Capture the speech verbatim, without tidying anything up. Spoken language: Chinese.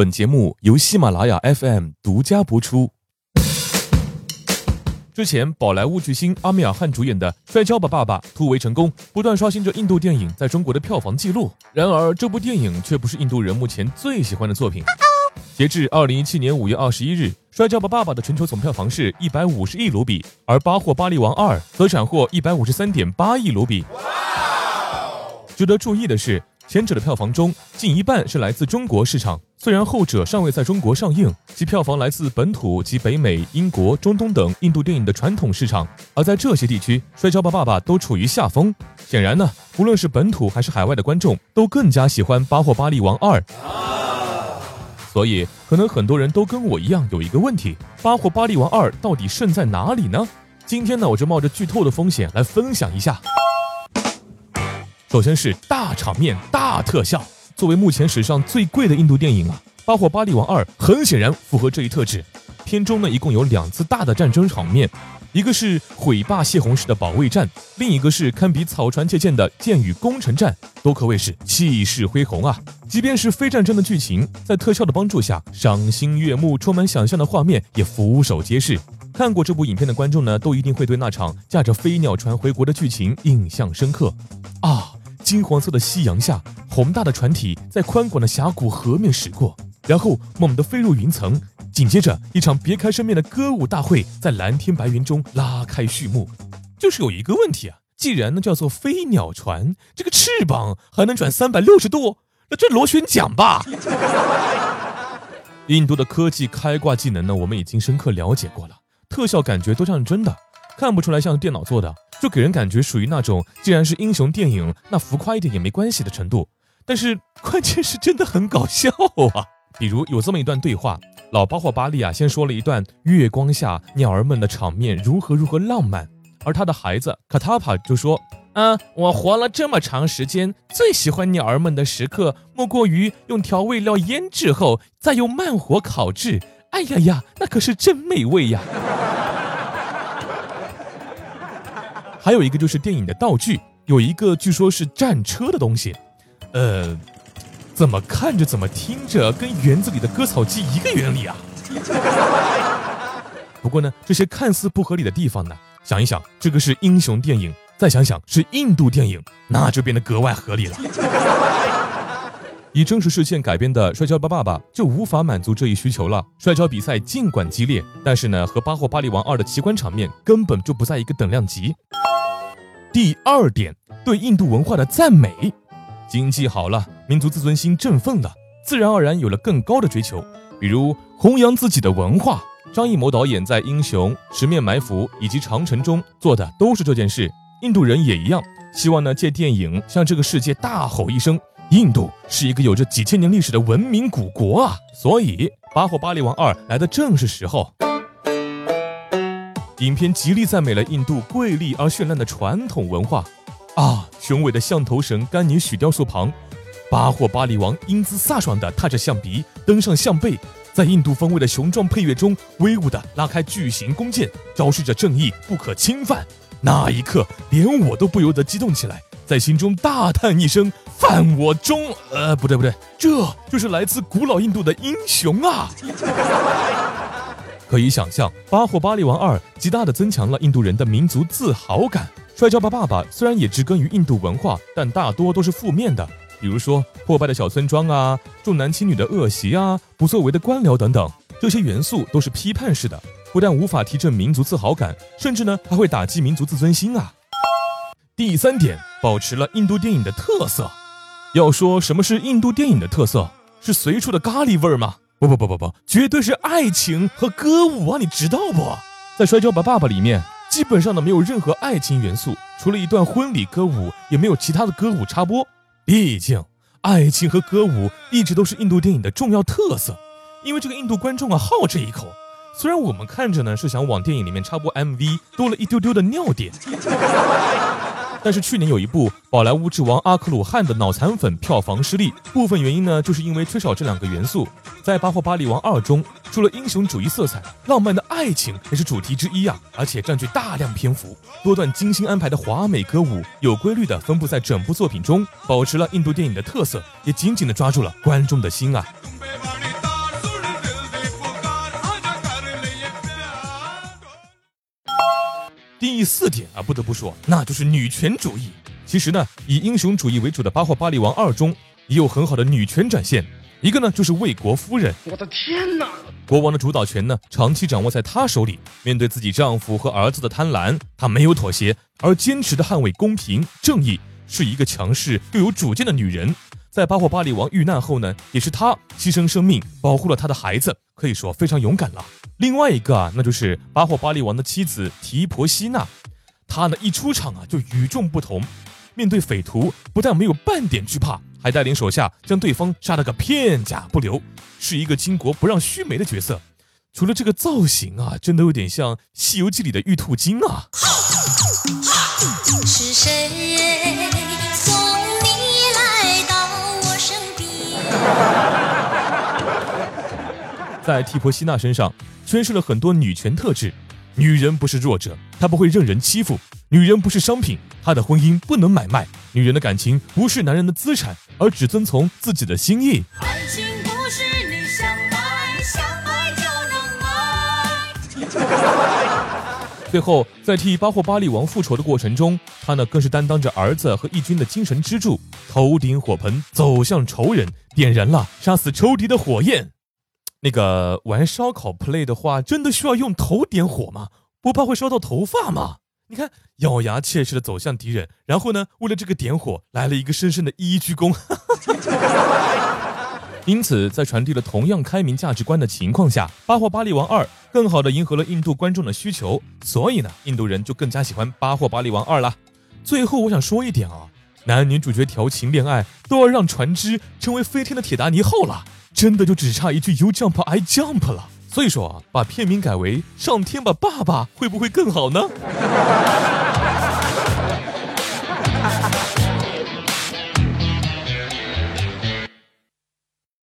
本节目由喜马拉雅 F M 独家播出。之前宝莱坞巨星阿米尔汗主演的《摔跤吧，爸爸》突围成功，不断刷新着印度电影在中国的票房纪录。然而，这部电影却不是印度人目前最喜欢的作品。截至二零一七年五月二十一日，《摔跤吧，爸爸》的全球总票房是一百五十亿卢比，而《巴霍巴利王二》则斩获一百五十三点八亿卢比。值得注意的是，前者的票房中近一半是来自中国市场，虽然后者尚未在中国上映，其票房来自本土及北美、英国、中东等印度电影的传统市场，而在这些地区，《摔跤吧，爸爸》都处于下风。显然呢，无论是本土还是海外的观众，都更加喜欢《巴霍巴利王二》。所以，可能很多人都跟我一样有一个问题：《巴霍巴利王二》到底胜在哪里呢？今天呢，我就冒着剧透的风险来分享一下。首先是大场面、大特效。作为目前史上最贵的印度电影啊，《巴霍巴利王二》很显然符合这一特质。片中呢，一共有两次大的战争场面，一个是毁坝泄洪时的保卫战，另一个是堪比草船借箭的箭雨攻城战，都可谓是气势恢宏啊。即便是非战争的剧情，在特效的帮助下，赏心悦目、充满想象的画面也俯首皆是。看过这部影片的观众呢，都一定会对那场驾着飞鸟船回国的剧情印象深刻啊！金黄色的夕阳下，宏大的船体在宽广的峡谷河面驶过，然后猛地飞入云层，紧接着一场别开生面的歌舞大会在蓝天白云中拉开序幕。就是有一个问题啊，既然呢叫做飞鸟船，这个翅膀还能转三百六十度，那这螺旋桨吧。印度的科技开挂技能呢，我们已经深刻了解过了，特效感觉都像真的，看不出来像电脑做的，就给人感觉属于那种既然是英雄电影，那浮夸一点也没关系的程度。但是关键是真的很搞笑啊！比如有这么一段对话，老巴霍巴利啊先说了一段月光下鸟儿们的场面如何如何浪漫，而他的孩子卡塔帕就说：啊，我活了这么长时间，最喜欢鸟儿们的时刻，莫过于用调味料腌制后，再用慢火烤制。哎呀呀，那可是真美味呀！还有一个就是电影的道具，有一个据说是战车的东西，呃，怎么看着怎么听着跟园子里的割草机一个原理啊！不过呢，这些看似不合理的地方呢，想一想，这个是英雄电影，再想想是印度电影，那就变得格外合理了。以真实事件改编的《摔跤吧，爸爸》就无法满足这一需求了。摔跤比赛尽管激烈，但是呢，和《巴霍巴利王二》的奇观场面根本就不在一个等量级。第二点，对印度文化的赞美。经济好了，民族自尊心振奋了，自然而然有了更高的追求，比如弘扬自己的文化。张艺谋导演在《英雄》《十面埋伏》以及《长城》中做的都是这件事。印度人也一样，希望呢借电影向这个世界大吼一声：印度是一个有着几千年历史的文明古国啊！所以《巴霍巴利王二》来的正是时候。影片极力赞美了印度瑰丽而绚烂的传统文化啊！雄伟的象头神甘尼许雕塑旁，巴霍巴利王英姿飒爽地踏着象鼻登上象背，在印度风味的雄壮配乐中威武地拉开巨型弓箭，昭示着正义不可侵犯。那一刻连我都不由得激动起来，在心中大叹一声：犯我中……呃，不对不对，这就是来自古老印度的英雄啊！可以想象，《巴霍巴利王二》极大地增强了印度人的民族自豪感。《摔跤吧，爸爸》虽然也植根于印度文化，但大多都是负面的，比如说破败的小村庄啊、重男轻女的恶习啊、不作为的官僚等等，这些元素都是批判式的，不但无法提振民族自豪感，甚至呢还会打击民族自尊心啊。第三点，保持了印度电影的特色。要说什么是印度电影的特色，是随处的咖喱味儿吗？不不不不不，绝对是爱情和歌舞啊，你知道不？在《摔跤吧，爸爸》里面，基本上呢没有任何爱情元素，除了一段婚礼歌舞，也没有其他的歌舞插播。毕竟，爱情和歌舞一直都是印度电影的重要特色，因为这个印度观众啊好这一口。虽然我们看着呢是想往电影里面插播 M V， 多了一丢丢的尿点。但是去年有一部宝莱坞之王阿克鲁汗的脑残粉票房失利，部分原因呢就是因为缺少这两个元素。在《巴霍巴利王二》中，除了英雄主义色彩，浪漫的爱情也是主题之一啊，而且占据大量篇幅。多段精心安排的华美歌舞有规律地分布在整部作品中，保持了印度电影的特色，也紧紧地抓住了观众的心啊。 第四点啊，不得不说，那就是女权主义。其实呢，以英雄主义为主的《巴霍巴利王二》中也有很好的女权展现。一个呢就是魏国夫人， 我的天哪！ 国王的主导权呢长期掌握在她手里，面对自己丈夫和儿子的贪婪，她没有妥协，而坚持的捍卫公平正义，是一个强势又有主见的女人。在巴霍巴利王遇难后呢，也是她牺牲生命保护了他的孩子，可以说非常勇敢了。另外一个啊，那就是巴霍巴利王的妻子提婆西娜，她呢一出场啊就与众不同，面对匪徒不但没有半点惧怕，还带领手下将对方杀了个片甲不留，是一个巾帼不让须眉的角色。除了这个造型啊，真的有点像《西游记》里的玉兔精啊。 是谁送你来到我身边？ 在提婆西娜身上诠释了很多女权特质。女人不是弱者，她不会任人欺负；女人不是商品，她的婚姻不能买卖；女人的感情不是男人的资产，而只遵从自己的心意。 爱情不是你想买想买就能买。 最后，在替巴霍巴利王复仇的过程中，他呢更是担当着儿子和义军的精神支柱，头顶火盆走向仇人，点燃了杀死仇敌的火焰。那个玩烧烤 play 的话，真的需要用头点火吗？不怕会烧到头发吗？你看，咬牙切齿地走向敌人，然后呢，为了这个点火，来了一个深深的一一鞠躬。因此，在传递了同样开明价值观的情况下，《巴霍巴利王二》更好地迎合了印度观众的需求，所以呢，印度人就更加喜欢《巴霍巴利王二》啦。最后，我想说一点啊，男女主角调情恋爱都要让船只成为飞天的铁达尼号了。真的就只差一句 You jump I jump 了，所以说啊，把片名改为上天吧爸爸会不会更好呢？